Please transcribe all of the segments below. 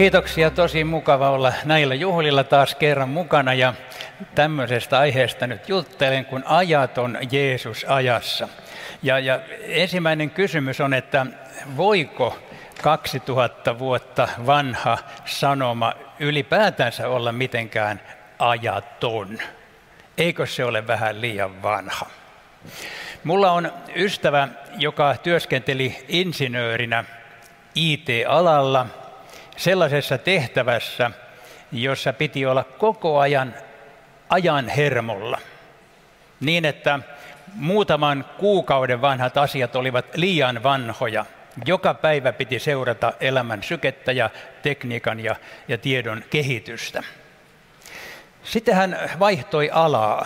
Kiitoksia, tosi mukava olla näillä juhlilla taas kerran mukana ja tämmöisestä aiheesta nyt juttelen, kun ajaton Jeesus ajassa. Ja ensimmäinen kysymys on, että voiko 2000 vuotta vanha sanoma ylipäätänsä olla mitenkään ajaton? Eikö se ole vähän liian vanha? Mulla on ystävä, joka työskenteli insinöörinä IT-alalla sellaisessa tehtävässä, jossa piti olla koko ajan hermolla. Niin, että muutaman kuukauden vanhat asiat olivat liian vanhoja. Joka päivä piti seurata elämän sykettä ja tekniikan ja tiedon kehitystä. Sitten hän vaihtoi alaa.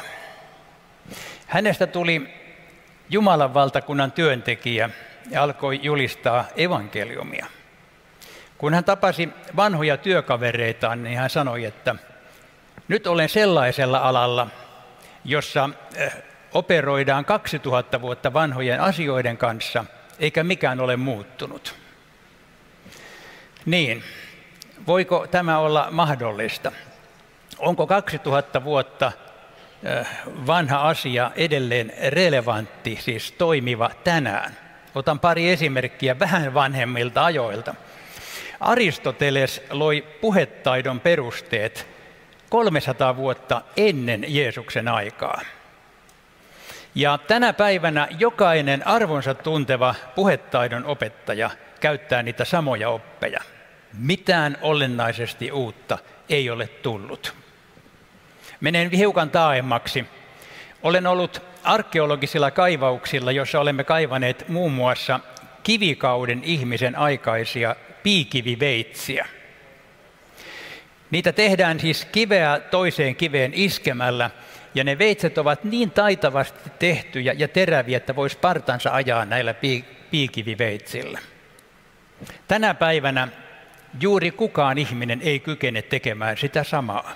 Hänestä tuli Jumalan valtakunnan työntekijä ja alkoi julistaa evankeliumia. Kun hän tapasi vanhoja työkavereitaan, niin hän sanoi, että nyt olen sellaisella alalla, jossa operoidaan 2000 vuotta vanhojen asioiden kanssa, eikä mikään ole muuttunut. Niin, voiko tämä olla mahdollista? Onko 2000 vuotta vanha asia edelleen relevantti, siis toimiva tänään? Otan pari esimerkkiä vähän vanhemmilta ajoilta. Aristoteles loi puhetaidon perusteet 300 vuotta ennen Jeesuksen aikaa. Ja tänä päivänä jokainen arvonsa tunteva puhetaidon opettaja käyttää niitä samoja oppeja. Mitään olennaisesti uutta ei ole tullut. Menen hiukan taaemmaksi. Olen ollut arkeologisilla kaivauksilla, jossa olemme kaivaneet muun muassa kivikauden ihmisen aikaisia piikiviveitsiä. Niitä tehdään siis kiveä toiseen kiveen iskemällä, ja ne veitset ovat niin taitavasti tehtyjä ja teräviä, että voisi partansa ajaa näillä piikiviveitsillä. Tänä päivänä juuri kukaan ihminen ei kykene tekemään sitä samaa.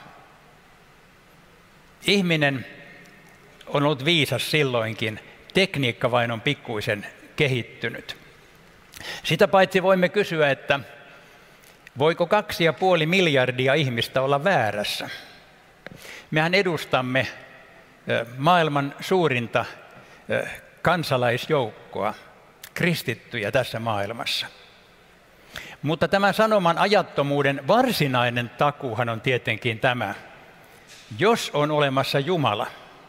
Ihminen on ollut viisas silloinkin, tekniikka vain on pikkuisen kehittynyt. Sitä paitsi voimme kysyä, että voiko 2,5 miljardia ihmistä olla väärässä? Mehän edustamme maailman suurinta kansalaisjoukkoa, kristittyjä tässä maailmassa. Mutta tämän sanoman ajattomuuden varsinainen takuuhan on tietenkin tämä. Jos on olemassa Jumala,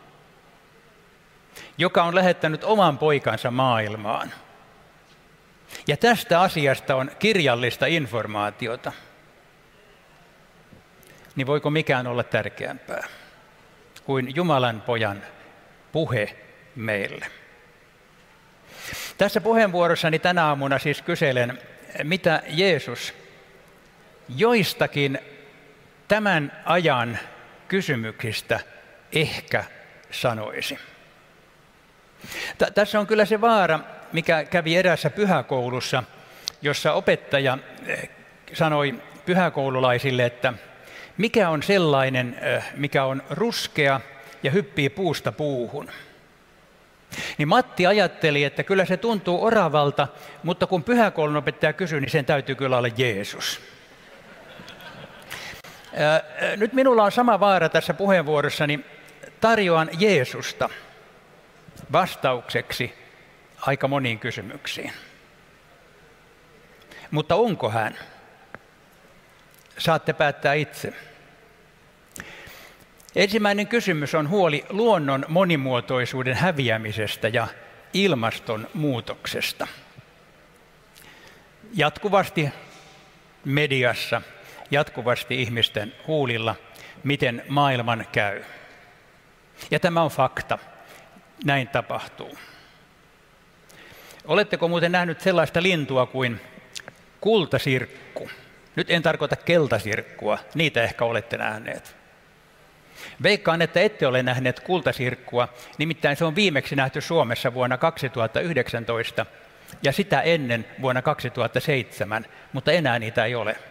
joka on lähettänyt oman poikansa maailmaan, ja tästä asiasta on kirjallista informaatiota, niin voiko mikään olla tärkeämpää kuin Jumalan pojan puhe meille? Tässä puheenvuorossani tänä aamuna siis kyselen, mitä Jeesus joistakin tämän ajan kysymyksistä ehkä sanoisi. Tässä on kyllä se vaara, mikä kävi eräässä pyhäkoulussa, jossa opettaja sanoi pyhäkoululaisille, että mikä on sellainen, mikä on ruskea ja hyppii puusta puuhun. Niin Matti ajatteli, että kyllä se tuntuu oravalta, mutta kun pyhäkoulun opettaja kysyi, niin sen täytyy kyllä olla Jeesus. Nyt minulla on sama vaara tässä puheenvuorossani. Tarjoan Jeesusta vastaukseksi aika moniin kysymyksiin. Mutta onko hän? Saatte päättää itse. Ensimmäinen kysymys on huoli luonnon monimuotoisuuden häviämisestä ja ilmastonmuutoksesta. Jatkuvasti mediassa, jatkuvasti ihmisten huulilla, miten maailman käy. Ja tämä on fakta. Näin tapahtuu. Oletteko muuten nähnyt sellaista lintua kuin kultasirkku? Nyt en tarkoita keltasirkkua, niitä ehkä olette nähneet. Veikkaan, että ette ole nähneet kultasirkkua, nimittäin se on viimeksi nähty Suomessa vuonna 2019 ja sitä ennen vuonna 2007, mutta enää niitä ei ole.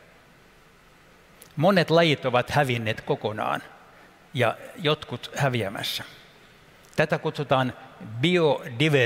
Monet lajit ovat hävinneet kokonaan ja jotkut häviämässä. Tätä kutsutaan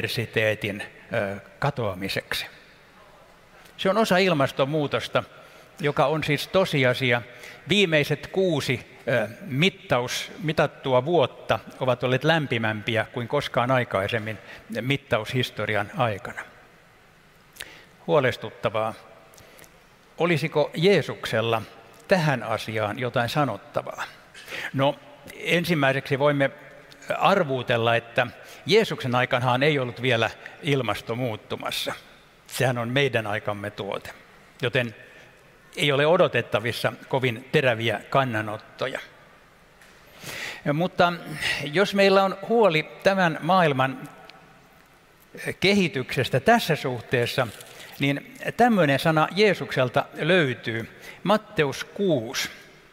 biodiversiteetin katoamiseksi. Se on osa ilmastonmuutosta joka on siis tosiasia. Viimeiset 6 mitattua vuotta ovat olleet lämpimämpiä kuin koskaan aikaisemmin mittaushistorian aikana. Huolestuttavaa. Olisiko Jeesuksella tähän asiaan jotain sanottavaa? No, ensimmäiseksi voimme arvuutella, että Jeesuksen aikanahan ei ollut vielä ilmasto muuttumassa. Sehän on meidän aikamme tuote, joten ei ole odotettavissa kovin teräviä kannanottoja. Mutta jos meillä on huoli tämän maailman kehityksestä tässä suhteessa, niin tämmöinen sana Jeesukselta löytyy. Matteus 6.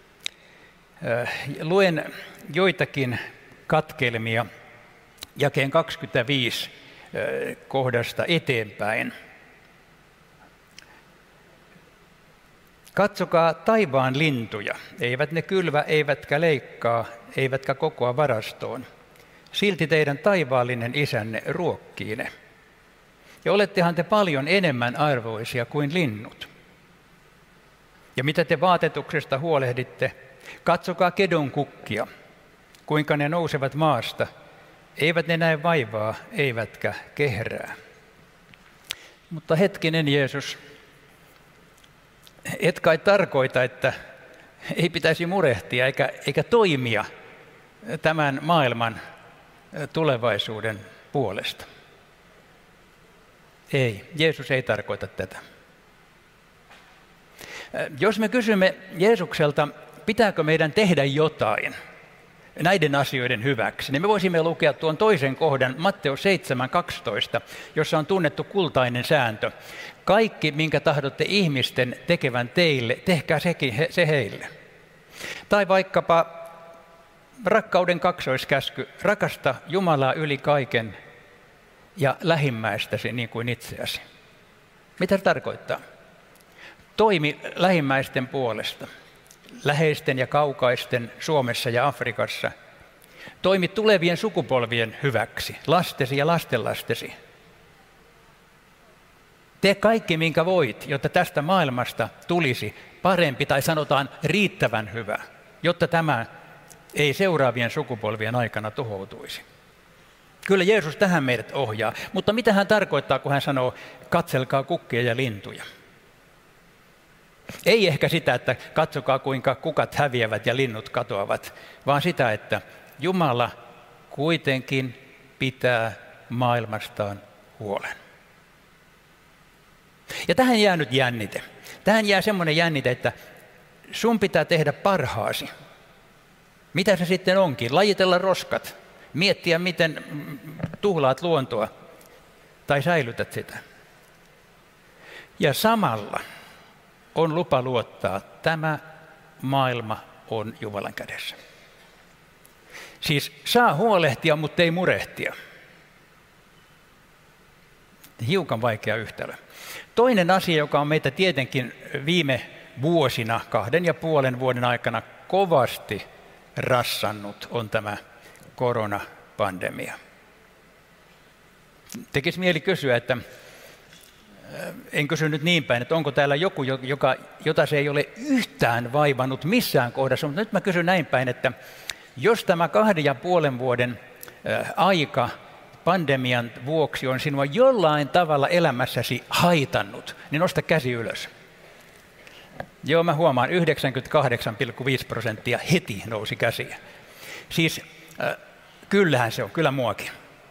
Luen joitakin katkelmia jakeen 25 kohdasta eteenpäin. Katsokaa taivaan lintuja, eivät ne kylvä, eivätkä leikkaa, eivätkä kokoa varastoon. Silti teidän taivaallinen isänne ruokkii ne. Ja olettehan te paljon enemmän arvoisia kuin linnut. Ja mitä te vaatetuksesta huolehditte? Katsokaa kedon kukkia, kuinka ne nousevat maasta. Eivät ne näe vaivaa, eivätkä kehrää. Mutta hetkinen, Jeesus, et kai tarkoita, että ei pitäisi murehtia eikä toimia tämän maailman tulevaisuuden puolesta. Ei, Jeesus ei tarkoita tätä. Jos me kysymme Jeesukselta, pitääkö meidän tehdä jotain näiden asioiden hyväksi, niin me voisimme lukea tuon toisen kohdan, Matteus 7:12, jossa on tunnettu kultainen sääntö. Kaikki, minkä tahdotte ihmisten tekevän teille, tehkää se heille. Tai vaikkapa rakkauden kaksoiskäsky, rakasta Jumalaa yli kaiken ja lähimmäistäsi niin kuin itseäsi. Mitä se tarkoittaa? Toimi lähimmäisten puolesta, läheisten ja kaukaisten Suomessa ja Afrikassa. Toimi tulevien sukupolvien hyväksi, lastesi ja lastenlastesi. Tee kaikki, minkä voit, jotta tästä maailmasta tulisi parempi tai sanotaan riittävän hyvä, jotta tämä ei seuraavien sukupolvien aikana tuhoutuisi. Kyllä Jeesus tähän meidät ohjaa, mutta mitä hän tarkoittaa, kun hän sanoo, katselkaa kukkia ja lintuja? Ei ehkä sitä, että katsokaa kuinka kukat häviävät ja linnut katoavat, vaan sitä, että Jumala kuitenkin pitää maailmastaan huolen. Ja tähän jää nyt jännite. Tähän jää semmoinen jännite, että sun pitää tehdä parhaasi. Mitä se sitten onkin? Lajitella roskat, miettiä miten tuhlaat luontoa tai säilytät sitä. Ja samalla on lupa luottaa, tämä maailma on Jumalan kädessä. Siis saa huolehtia, mutta ei murehtia. Hiukan vaikea yhtälö. Toinen asia, joka on meitä tietenkin viime vuosina, 2,5 vuoden aikana kovasti rassannut, on tämä koronapandemia. Tekisi mieli kysyä, että en kysy nyt niin päin, että onko täällä joku, jota se ei ole yhtään vaivannut missään kohdassa, mutta nyt mä kysyn näin päin, että jos tämä 2,5 vuoden aika pandemian vuoksi on sinua jollain tavalla elämässäsi haitannut, niin nosta käsi ylös. Joo, mä huomaan, 98,5% heti nousi käsiä. Siis kyllähän se on, kyllä muakin.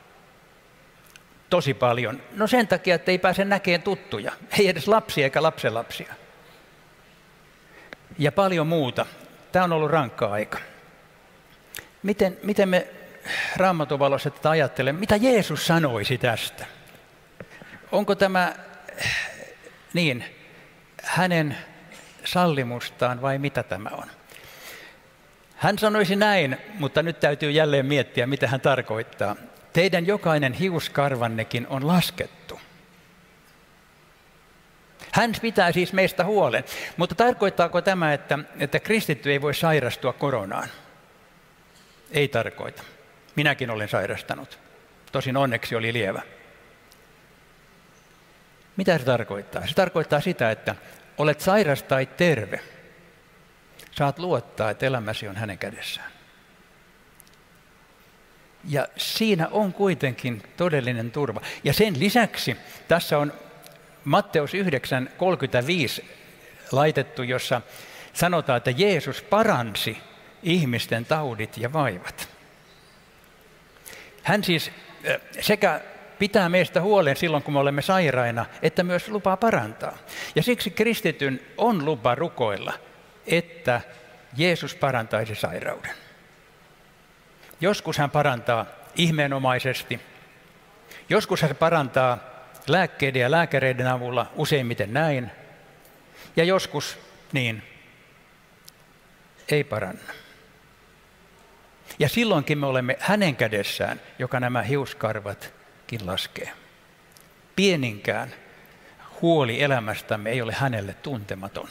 Tosi paljon. No sen takia, että ei pääse näkemään tuttuja. Ei edes lapsia eikä lapsenlapsia. Ja paljon muuta. Tämä on ollut rankka aika. Miten me Raamatun valossa tätä ajattelemme? Mitä Jeesus sanoisi tästä? Onko tämä niin hänen sallimustaan vai mitä tämä on? Hän sanoisi näin, mutta nyt täytyy jälleen miettiä, mitä hän tarkoittaa. Teidän jokainen hiuskarvannekin on laskettu. Hän pitää siis meistä huolen. Mutta tarkoittaako tämä, että kristitty ei voi sairastua koronaan? Ei tarkoita. Minäkin olen sairastanut. Tosin onneksi oli lievä. Mitä se tarkoittaa? Se tarkoittaa sitä, että olet sairas tai terve, saat luottaa, että elämäsi on hänen kädessään. Ja siinä on kuitenkin todellinen turva. Ja sen lisäksi tässä on Matteus 9:35 laitettu, jossa sanotaan, että Jeesus paransi ihmisten taudit ja vaivat. Hän siis sekä pitää meistä huolen silloin, kun me olemme sairaina, että myös lupaa parantaa. Ja siksi kristityn on lupa rukoilla, että Jeesus parantaisi sairauden. Joskus hän parantaa ihmeenomaisesti, joskus hän parantaa lääkkeiden ja lääkäreiden avulla, useimmiten näin, ja joskus niin ei paranna. Ja silloinkin me olemme hänen kädessään, joka nämä hiuskarvatkin laskee. Pieninkään huoli elämästämme ei ole hänelle tuntematon.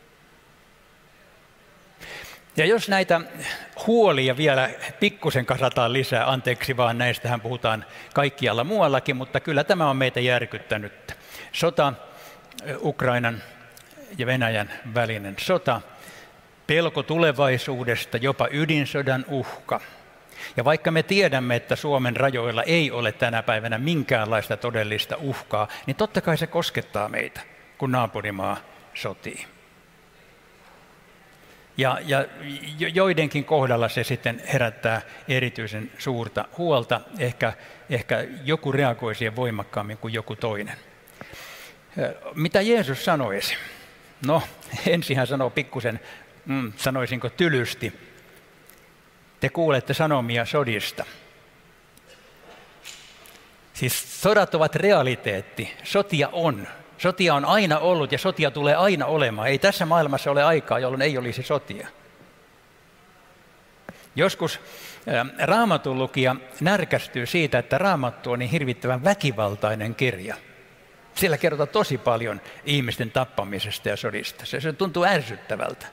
Ja jos näitä huolia vielä pikkusen kasataan lisää, anteeksi vaan näistähän puhutaan kaikkialla muuallakin, mutta kyllä tämä on meitä järkyttänyt. Sota, Ukrainan ja Venäjän välinen sota, pelko tulevaisuudesta, jopa ydinsodan uhka. Ja vaikka me tiedämme, että Suomen rajoilla ei ole tänä päivänä minkäänlaista todellista uhkaa, niin totta kai se koskettaa meitä, kun naapurimaa sotii. Ja joidenkin kohdalla se sitten herättää erityisen suurta huolta. Ehkä joku reagoi siihen voimakkaammin kuin joku toinen. Mitä Jeesus sanoisi? No, ensin hän sanoo pikkusen, sanoisinko tylysti. Te kuulette sanomia sodista. Siis sodat ovat realiteetti. Sotia on. Sotia on aina ollut ja sotia tulee aina olemaan. Ei tässä maailmassa ole aikaa, jolloin ei olisi sotia. Joskus Raamatun lukija närkästyy siitä, että Raamattu on niin hirvittävän väkivaltainen kirja. Siellä kerrotaan tosi paljon ihmisten tappamisesta ja sodista. Se tuntuu ärsyttävältä.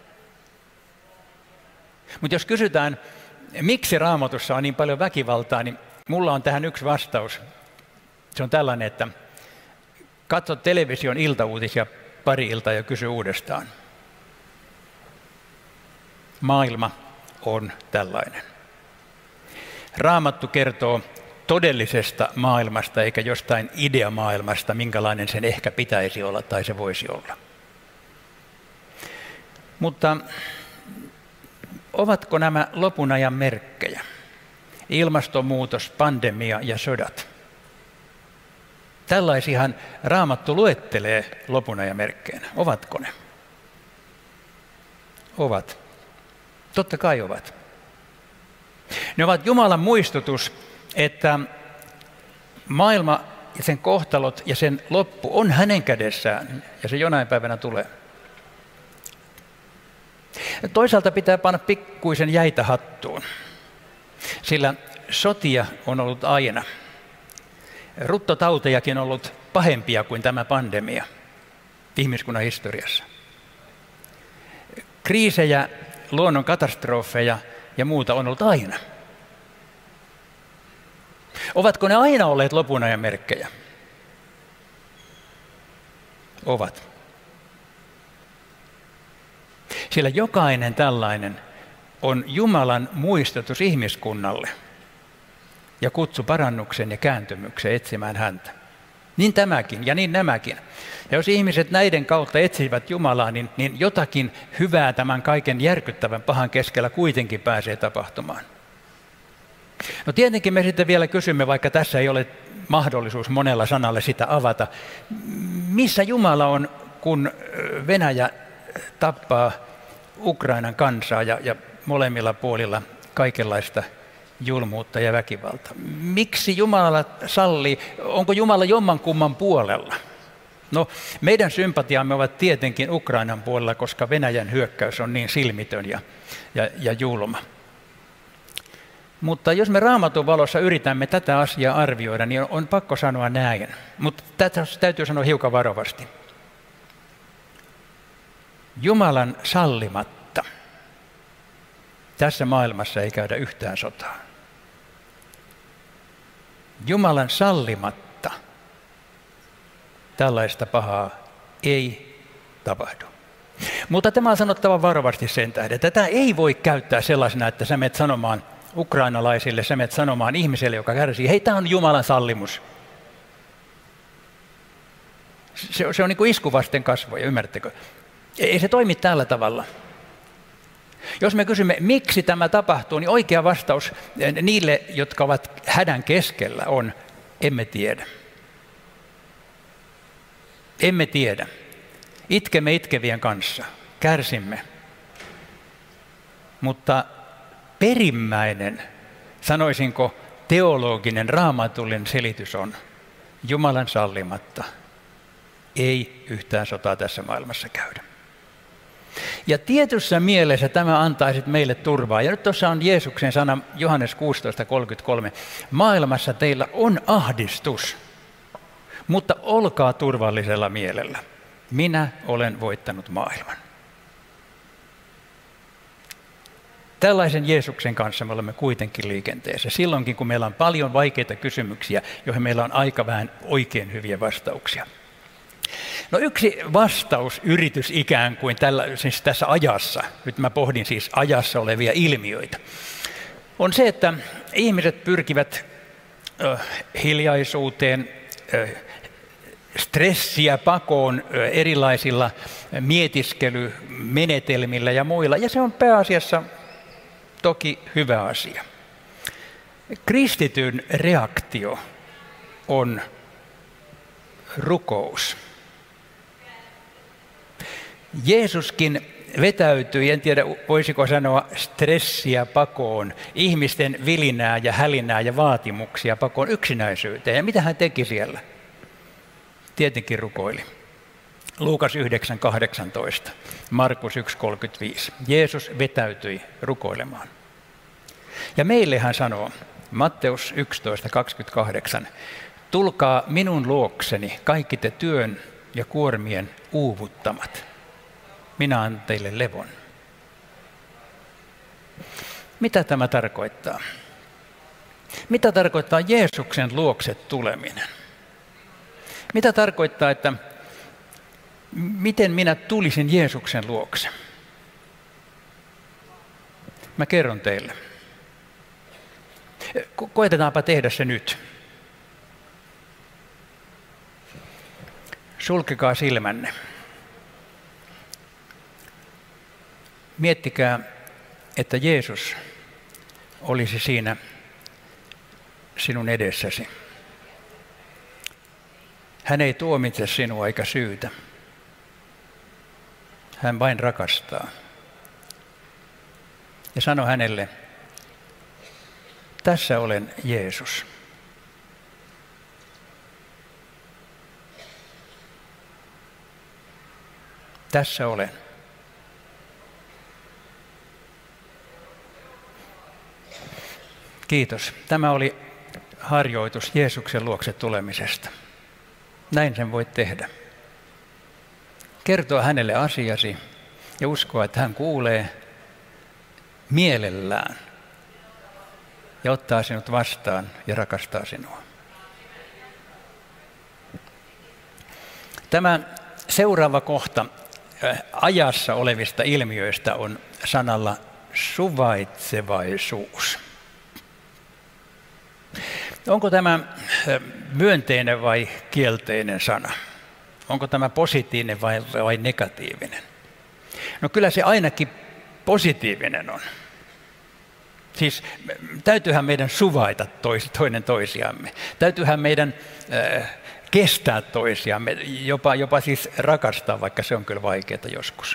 Mutta jos kysytään, miksi Raamatussa on niin paljon väkivaltaa, niin mulla on tähän yksi vastaus. Se on tällainen, että katso television iltauutisia pari iltaa ja kysy uudestaan. Maailma on tällainen. Raamattu kertoo todellisesta maailmasta eikä jostain ideamaailmasta, minkälainen sen ehkä pitäisi olla tai se voisi olla. Mutta ovatko nämä lopun ajan merkkejä? Ilmastonmuutos, pandemia ja sodat. Tällaisiahan Raamattu luettelee lopun ajan merkkeinä. Ovatko ne? Ovat. Totta kai ovat. Ne ovat Jumalan muistutus, että maailma ja sen kohtalot ja sen loppu on hänen kädessään ja se jonain päivänä tulee. Toisaalta pitää panna pikkuisen jäitä hattuun, sillä sotia on ollut aina. Ruttotautejakin on ollut pahempia kuin tämä pandemia ihmiskunnan historiassa. Kriisejä, luonnon katastrofeja ja muuta on ollut aina. Ovatko ne aina olleet lopun ajan merkkejä? Ovat. Sillä jokainen tällainen on Jumalan muistutus ihmiskunnalle ja kutsu parannuksen ja kääntymyksen etsimään häntä. Niin tämäkin ja niin nämäkin. Ja jos ihmiset näiden kautta etsivät Jumalaa, niin jotakin hyvää tämän kaiken järkyttävän pahan keskellä kuitenkin pääsee tapahtumaan. No tietenkin me sitten vielä kysymme, vaikka tässä ei ole mahdollisuus monella sanalla sitä avata, missä Jumala on, kun Venäjä tappaa Ukrainan kansaa ja molemmilla puolilla kaikenlaista julmuutta ja väkivaltaa. Miksi Jumala sallii, onko Jumala jommankumman puolella? No, meidän sympatiamme ovat tietenkin Ukrainan puolella, koska Venäjän hyökkäys on niin silmitön ja julma. Mutta jos me Raamatun valossa yritämme tätä asiaa arvioida, niin on pakko sanoa näin. Mutta tätä täytyy sanoa hiukan varovasti. Jumalan sallimatta tässä maailmassa ei käydä yhtään sotaa. Jumalan sallimatta tällaista pahaa ei tapahdu. Mutta tämä on sanottava varovasti sen tähden. Tätä ei voi käyttää sellaisena, että sä menet sanomaan ukrainalaisille, sä menet sanomaan ihmiselle, joka kärsii, hei, tämä on Jumalan sallimus. Se on niin kuin isku vasten kasvoja, ymmärrättekö? Ei se toimi tällä tavalla. Jos me kysymme, miksi tämä tapahtuu, niin oikea vastaus niille, jotka ovat hädän keskellä, on, emme tiedä. Emme tiedä. Itkemme itkevien kanssa, kärsimme. Mutta perimmäinen, sanoisinko teologinen, raamatullinen selitys on Jumalan sallimatta. Ei yhtään sotaa tässä maailmassa käydä. Ja tietyssä mielessä tämä antaisi meille turvaa. Ja nyt tuossa on Jeesuksen sana Johannes 16:33. Maailmassa teillä on ahdistus, mutta olkaa turvallisella mielellä. Minä olen voittanut maailman. Tällaisen Jeesuksen kanssa me olemme kuitenkin liikenteessä. Silloinkin, kun meillä on paljon vaikeita kysymyksiä, joihin meillä on aika vähän oikein hyviä vastauksia. No yksi vastausyritys ikään kuin siis tässä ajassa, nyt mä pohdin siis ajassa olevia ilmiöitä, on se, että ihmiset pyrkivät hiljaisuuteen, stressiä pakoon erilaisilla mietiskelymenetelmillä ja muilla, ja se on pääasiassa toki hyvä asia. Kristityn reaktio on rukous. Jeesuskin vetäytyi, en tiedä voisiko sanoa stressiä pakoon, ihmisten vilinää ja hälinää ja vaatimuksia pakoon yksinäisyyteen. Ja mitä hän teki siellä? Tietenkin rukoili. Luukas 9:18, Markus 1:35. Jeesus vetäytyi rukoilemaan. Ja meille hän sanoo, Matteus 11:28, tulkaa minun luokseni kaikki te työn ja kuormien uuvuttamat. Minä annan teille levon. Mitä tämä tarkoittaa? Mitä tarkoittaa Jeesuksen luokse tuleminen? Mitä tarkoittaa, että miten minä tulisin Jeesuksen luokse? Mä kerron teille. Koetetaanpa tehdä se nyt. Sulkekaa silmänne. Miettikää, että Jeesus olisi siinä sinun edessäsi. Hän ei tuomitse sinua eikä syytä. Hän vain rakastaa. Ja sano hänelle, tässä olen Jeesus. Tässä olen. Kiitos. Tämä oli harjoitus Jeesuksen luokse tulemisesta. Näin sen voit tehdä. Kertoa hänelle asiasi ja uskoa, että hän kuulee mielellään ja ottaa sinut vastaan ja rakastaa sinua. Tämä seuraava kohta ajassa olevista ilmiöistä on sanalla suvaitsevaisuus. Onko tämä myönteinen vai kielteinen sana? Onko tämä positiivinen vai negatiivinen? No kyllä se ainakin positiivinen on. Siis täytyyhän meidän suvaita toinen toisiamme. Täytyyhän meidän kestää toisiamme, jopa siis rakastaa, vaikka se on kyllä vaikeaa joskus.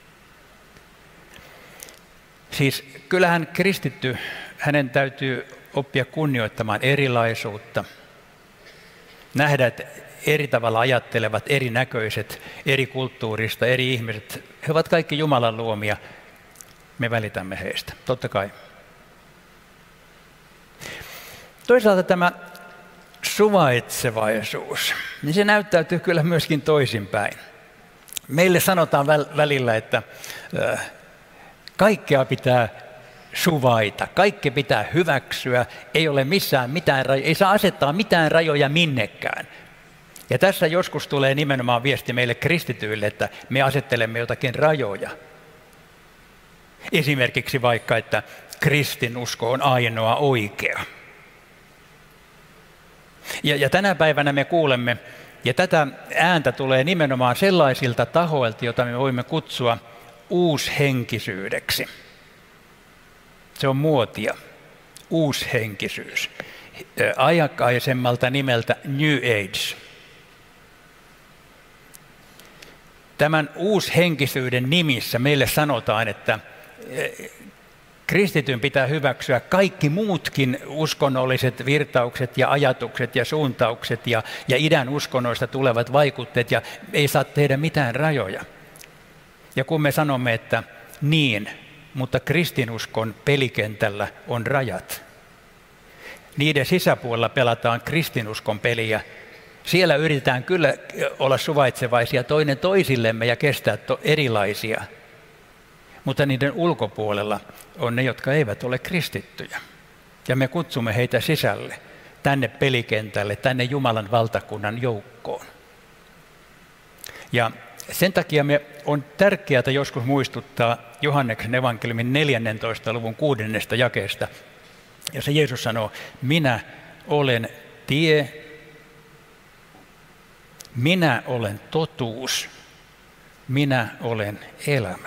Siis kyllähän kristitty, hänen täytyy oppia kunnioittamaan erilaisuutta, nähdä, että eri tavalla ajattelevat, erinäköiset, eri kulttuurista, eri ihmiset, he ovat kaikki Jumalan luomia, me välitämme heistä, totta kai. Toisaalta tämä suvaitsevaisuus, niin se näyttäytyy kyllä myöskin toisinpäin. Meille sanotaan välillä, että kaikkea pitää suvaita, kaikki pitää hyväksyä, ei ole missään mitään rajoja, ei saa asettaa mitään rajoja minnekään. Ja tässä joskus tulee nimenomaan viesti meille kristityille, että me asettelemme jotakin rajoja. Esimerkiksi vaikka, että kristinusko on ainoa oikea. Ja tänä päivänä me kuulemme, ja tätä ääntä tulee nimenomaan sellaisilta tahoilta, joita me voimme kutsua uushenkisyydeksi. Se on muotia, uushenkisyys. Aikaisemmalta nimeltä New Age. Tämän uushenkisyyden nimissä meille sanotaan, että kristityn pitää hyväksyä kaikki muutkin uskonnolliset virtaukset ja ajatukset ja suuntaukset ja idän uskonnoista tulevat vaikutteet ja ei saa tehdä mitään rajoja. Ja kun me sanomme, että niin, mutta kristinuskon pelikentällä on rajat. Niiden sisäpuolella pelataan kristinuskon peliä. Siellä yritetään kyllä olla suvaitsevaisia toinen toisillemme ja kestää erilaisia. Mutta niiden ulkopuolella on ne, jotka eivät ole kristittyjä. Ja me kutsumme heitä sisälle, tänne pelikentälle, tänne Jumalan valtakunnan joukkoon. Ja sen takia me on tärkeää joskus muistuttaa Johanneksen evankeliumin 14. luvun 6. jakeesta. Ja se Jeesus sanoo, minä olen tie, minä olen totuus, minä olen elämä.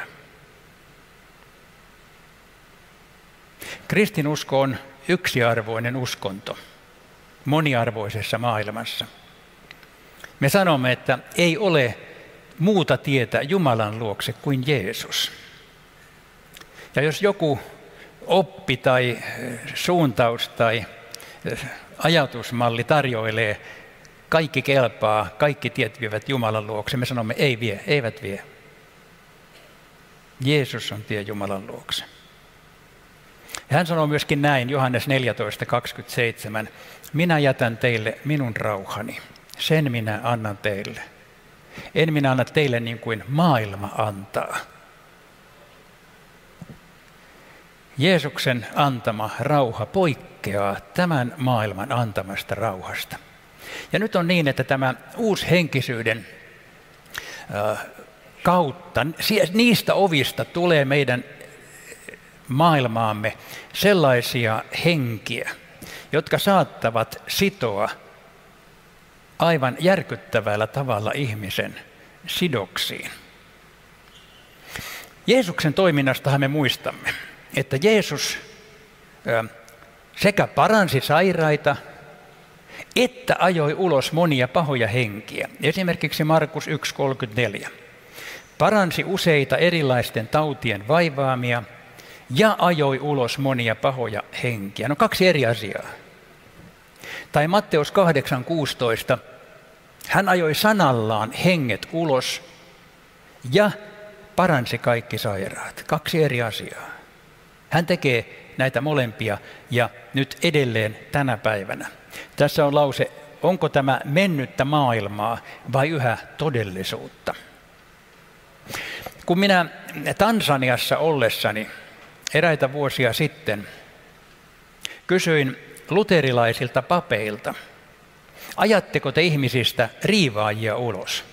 Kristinusko on yksiarvoinen uskonto moniarvoisessa maailmassa. Me sanomme, että ei ole muuta tietä Jumalan luokse kuin Jeesus. Ja jos joku oppi tai suuntaus tai ajatusmalli tarjoilee, kaikki kelpaa, kaikki tiet vievät Jumalan luokse, me sanomme ei vie, eivät vie. Jeesus on tie Jumalan luokse. Ja hän sanoo myöskin näin, Johannes 14:27, minä jätän teille minun rauhani, sen minä annan teille. En minä anna teille niin kuin maailma antaa. Jeesuksen antama rauha poikkeaa tämän maailman antamasta rauhasta. Ja nyt on niin, että tämä uushenkisyyden kautta, niistä ovista tulee meidän maailmaamme sellaisia henkiä, jotka saattavat sitoa aivan järkyttävällä tavalla ihmisen sidoksiin. Jeesuksen toiminnastahan me muistamme, että Jeesus sekä paransi sairaita, että ajoi ulos monia pahoja henkiä. Esimerkiksi Markus 1:34. Paransi useita erilaisten tautien vaivaamia ja ajoi ulos monia pahoja henkiä. No 2 eri asiaa. Tai Matteus 8:16. Hän ajoi sanallaan henget ulos ja paransi kaikki sairaat. 2 eri asiaa. Hän tekee näitä molempia ja nyt edelleen tänä päivänä. Tässä on lause, onko tämä mennyttä maailmaa vai yhä todellisuutta? Kun minä Tansaniassa ollessani eräitä vuosia sitten kysyin luterilaisilta papeilta, ajatteko te ihmisistä riivaajia ulos?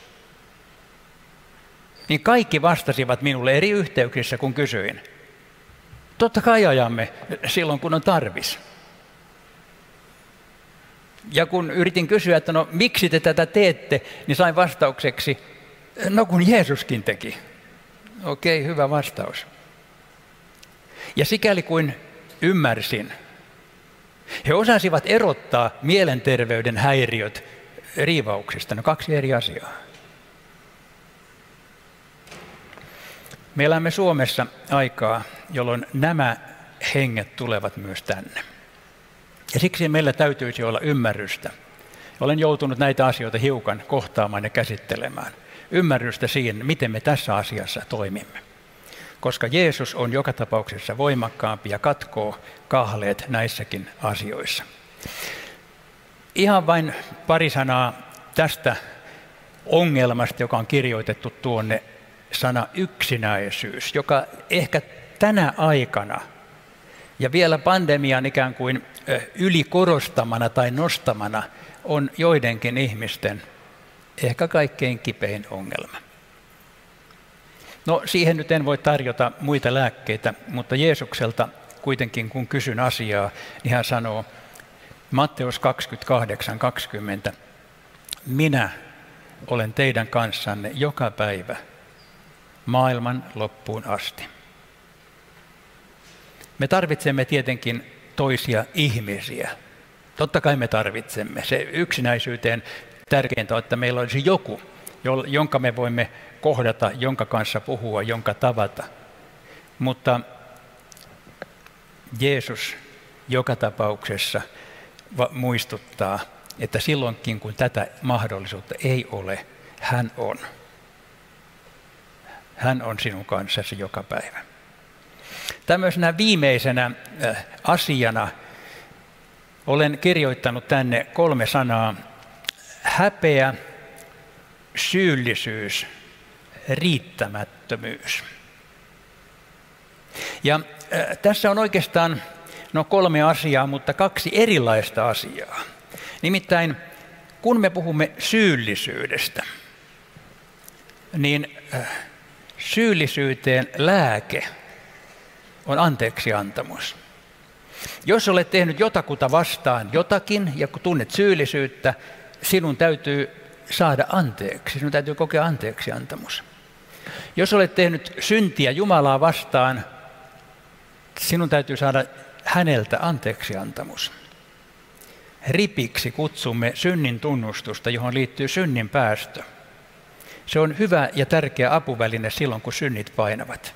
Niin kaikki vastasivat minulle eri yhteyksissä, kun kysyin. Totta kai ajamme silloin, kun on tarvis. Ja kun yritin kysyä, että no miksi te tätä teette, niin sain vastaukseksi, no kun Jeesuskin teki. Okei, hyvä vastaus. Ja sikäli kuin ymmärsin, he osasivat erottaa mielenterveyden häiriöt riivauksista. No 2 eri asiaa. Me elämme Suomessa aikaa, jolloin nämä henget tulevat myös tänne. Ja siksi meillä täytyisi olla ymmärrystä. Olen joutunut näitä asioita hiukan kohtaamaan ja käsittelemään. Ymmärrystä siihen, miten me tässä asiassa toimimme. Koska Jeesus on joka tapauksessa voimakkaampi ja katkoo kahleet näissäkin asioissa. Ihan vain pari sanaa tästä ongelmasta, joka on kirjoitettu tuonne, sana yksinäisyys, joka ehkä tänä aikana ja vielä pandemian ikään kuin ylikorostamana tai nostamana on joidenkin ihmisten ehkä kaikkein kipein ongelma. No siihen nyt en voi tarjota muita lääkkeitä, mutta Jeesukselta kuitenkin kun kysyn asiaa, niin hän sanoo Matteus 28:20, minä olen teidän kanssanne joka päivä maailman loppuun asti. Me tarvitsemme tietenkin toisia ihmisiä. Totta kai me tarvitsemme. Se yksinäisyyteen tärkeintä on, että meillä olisi joku, jonka me voimme kohdata, jonka kanssa puhua, jonka tavata. Mutta Jeesus joka tapauksessa muistuttaa, että silloinkin kun tätä mahdollisuutta ei ole, hän on. Hän on sinun kanssasi joka päivä. Tämmöisenä viimeisenä asiana olen kirjoittanut tänne 3 sanaa: häpeä, syyllisyys, riittämättömyys. Ja tässä on oikeastaan 3 asiaa, mutta 2 erilaista asiaa. Nimittäin kun me puhumme syyllisyydestä, niin syyllisyyteen lääke on anteeksiantamus. Jos olet tehnyt jotakuta vastaan jotakin ja kun tunnet syyllisyyttä, sinun täytyy saada anteeksi. Sinun täytyy kokea anteeksiantamus. Jos olet tehnyt syntiä Jumalaa vastaan, sinun täytyy saada häneltä anteeksiantamus. Ripiksi kutsumme synnin tunnustusta, johon liittyy synnin päästö. Se on hyvä ja tärkeä apuväline silloin, kun synnit painavat.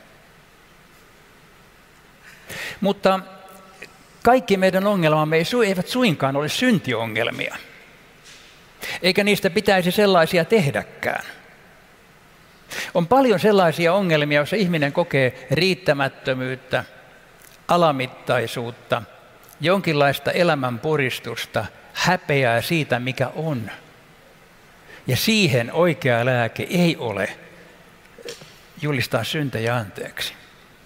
Mutta kaikki meidän ongelmamme eivät suinkaan ole syntiongelmia, eikä niistä pitäisi sellaisia tehdäkään. On paljon sellaisia ongelmia, joissa ihminen kokee riittämättömyyttä, alamittaisuutta, jonkinlaista elämän puristusta, häpeää siitä, mikä on. Ja siihen oikea lääke ei ole julistaa syntejä anteeksi.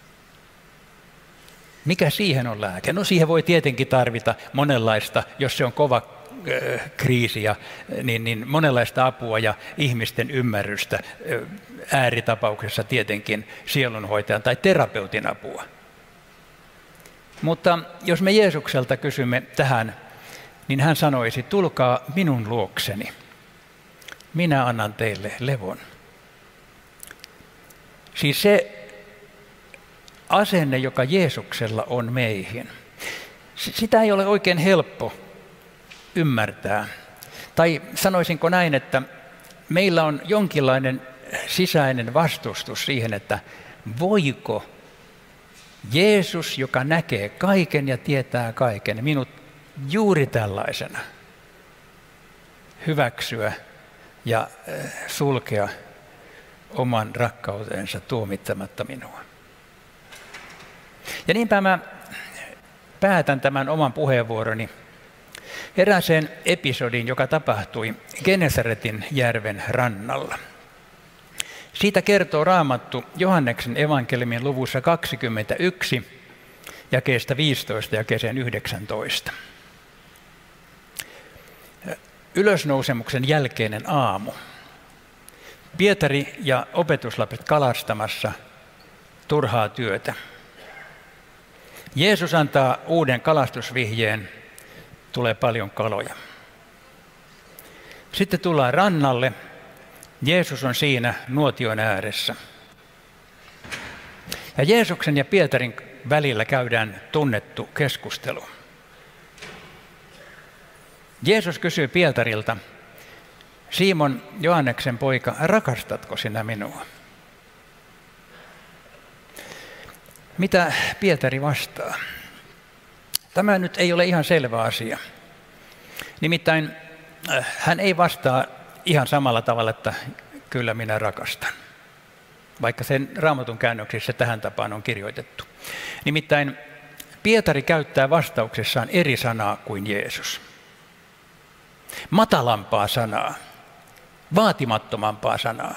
Mikä siihen on lääke? No siihen voi tietenkin tarvita monenlaista, jos se on kova kriisi, niin monenlaista apua ja ihmisten ymmärrystä, ääritapauksessa tietenkin sielunhoitajan tai terapeutin apua. Mutta jos me Jeesukselta kysymme tähän, niin hän sanoisi, tulkaa minun luokseni. Minä annan teille levon. Siis se asenne, joka Jeesuksella on meihin, sitä ei ole oikein helppo ymmärtää. Tai sanoisinko näin, että meillä on jonkinlainen sisäinen vastustus siihen, että voiko Jeesus, joka näkee kaiken ja tietää kaiken, minut juuri tällaisena hyväksyä ja sulkea oman rakkautensa tuomittamatta minua. Ja niinpä mä päätän tämän oman puheenvuoroni erääseen episodiin, joka tapahtui Genesaretin järven rannalla. Siitä kertoo Raamattu Johanneksen evankeliumin luvussa 21, jakeesta 15 jakeeseen 19. Ylösnousemuksen jälkeinen aamu. Pietari ja opetuslapset kalastamassa turhaa työtä. Jeesus antaa uuden kalastusvihjeen, tulee paljon kaloja. Sitten tullaan rannalle. Jeesus on siinä nuotion ääressä. Ja Jeesuksen ja Pietarin välillä käydään tunnettu keskustelu. Jeesus kysyy Pietarilta, Simon, Johanneksen poika, rakastatko sinä minua? Mitä Pietari vastaa? Tämä nyt ei ole ihan selvä asia. Nimittäin hän ei vastaa ihan samalla tavalla, että kyllä minä rakastan. Vaikka sen Raamatun käännöksissä tähän tapaan on kirjoitettu. Nimittäin Pietari käyttää vastauksessaan eri sanaa kuin Jeesus. Matalampaa sanaa, vaatimattomampaa sanaa.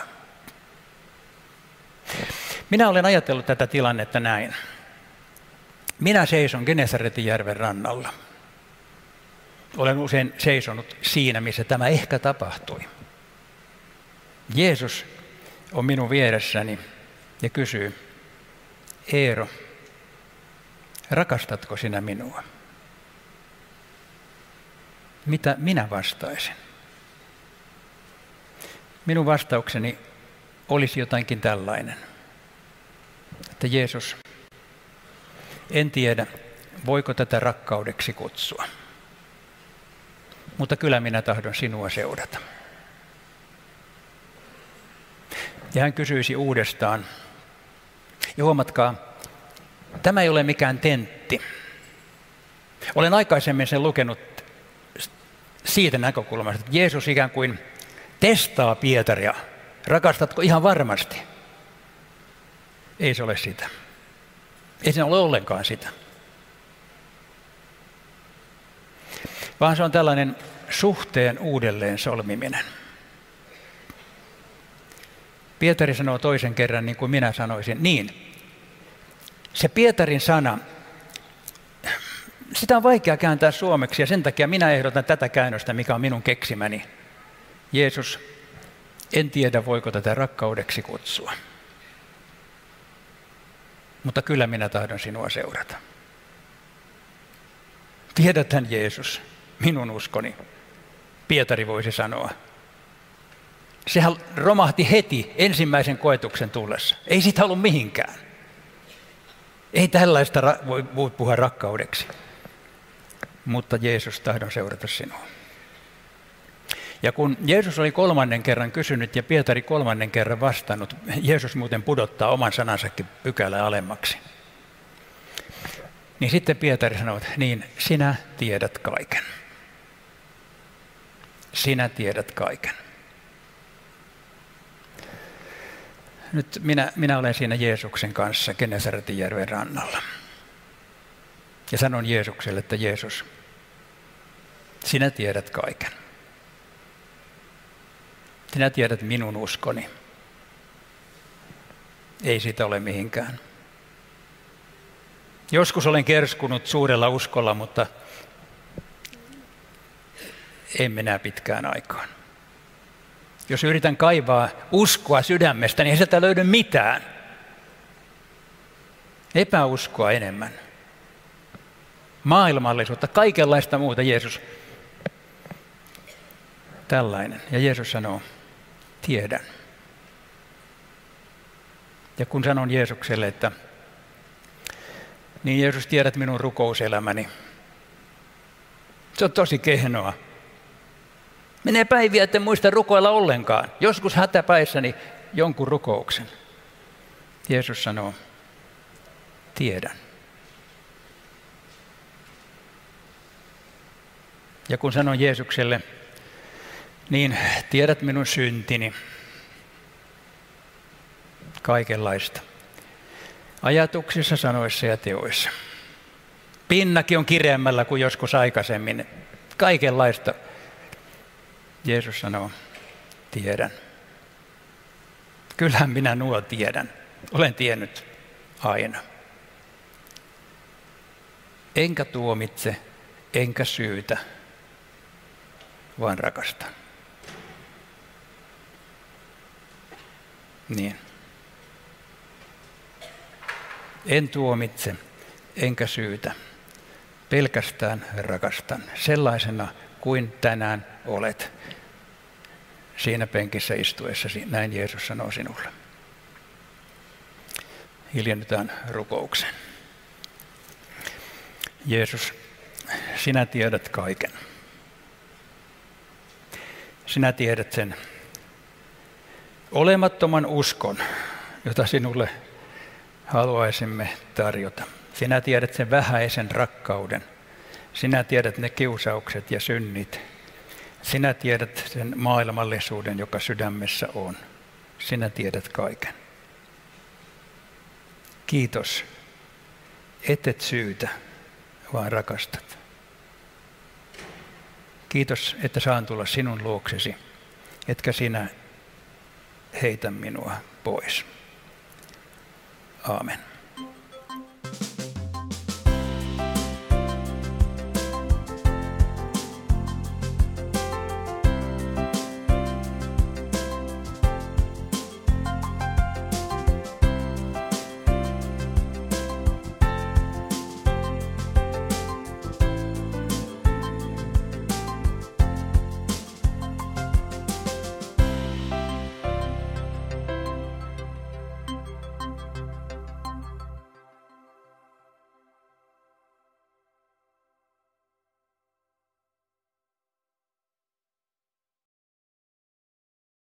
Minä olen ajatellut tätä tilannetta näin. Minä seison Genesaretin järven rannalla. Olen usein seisonut siinä, missä tämä ehkä tapahtui. Jeesus on minun vieressäni ja kysyy, Eero, rakastatko sinä minua? Mitä minä vastaisin? Minun vastaukseni olisi jotakin tällainen, että Jeesus, en tiedä, voiko tätä rakkaudeksi kutsua, mutta kyllä minä tahdon sinua seurata. Ja hän kysyisi uudestaan, ja huomatkaa, tämä ei ole mikään tentti. Olen aikaisemmin sen lukenut siitä näkökulmasta, että Jeesus ikään kuin testaa Pietaria. Rakastatko ihan varmasti? Ei se ole sitä. Ei se ole ollenkaan sitä. Vaan se on tällainen suhteen uudelleen solmiminen. Pietari sanoo toisen kerran niin kuin minä sanoisin. Niin, se Pietarin sana, sitä on vaikea kääntää suomeksi ja sen takia minä ehdotan tätä käännöstä, mikä on minun keksimäni. Jeesus, en tiedä voiko tätä rakkaudeksi kutsua, mutta kyllä minä tahdon sinua seurata. Tiedäthän Jeesus, minun uskoni, Pietari voisi sanoa. Sehän romahti heti ensimmäisen koetuksen tullessa. Ei sitä ollut mihinkään. Ei tällaista voi puhua rakkaudeksi. Mutta Jeesus, tahdon seurata sinua. Ja kun Jeesus oli kolmannen kerran kysynyt ja Pietari kolmannen kerran vastannut, Jeesus muuten pudottaa oman sanansakin pykälää alemmaksi. Niin sitten Pietari sanoi, että niin, sinä tiedät kaiken. Sinä tiedät kaiken. Nyt minä olen siinä Jeesuksen kanssa Genesaretinjärven rannalla. Ja sanon Jeesukselle, että Jeesus, sinä tiedät kaiken. Sinä tiedät minun uskoni. Ei siitä ole mihinkään. Joskus olen kerskunut suurella uskolla, mutta en minä pitkään aikaan. Jos yritän kaivaa uskoa sydämestä, niin ei sieltä löydy mitään. Epäuskoa enemmän. Maailmallisuutta, kaikenlaista muuta. Jeesus, tällainen. Ja Jeesus sanoo, tiedän. Ja kun sanon Jeesukselle, että niin Jeesus, tiedät minun rukouselämäni. Se on tosi kehnoa. Menee päiviä, etten muista rukoilla ollenkaan. Joskus hätäpäissäni jonkun rukouksen. Jeesus sanoo, tiedän. Ja kun sanon Jeesukselle, niin tiedät minun syntini. Kaikenlaista. Ajatuksissa, sanoissa ja teoissa. Pinnakin on kireämmällä kuin joskus aikaisemmin. Kaikenlaista. Jeesus sanoo, tiedän. Kyllähän minä nuo tiedän. Olen tiennyt aina. Enkä tuomitse, enkä syytä, vaan rakastan. Niin. En tuomitse, enkä syytä. Pelkästään rakastan. Sellaisena kuin tänään olet. Siinä penkissä istuessasi, näin Jeesus sanoo sinulle. Hiljennytään rukoukseen. Jeesus, sinä tiedät kaiken. Sinä tiedät sen olemattoman uskon, jota sinulle haluaisimme tarjota. Sinä tiedät sen vähäisen rakkauden. Sinä tiedät ne kiusaukset ja synnit. Sinä tiedät sen maailmallisuuden, joka sydämessä on. Sinä tiedät kaiken. Kiitos, et syytä, vaan rakastat. Kiitos, että saan tulla sinun luoksesi, etkä sinä heitä minua pois. Aamen.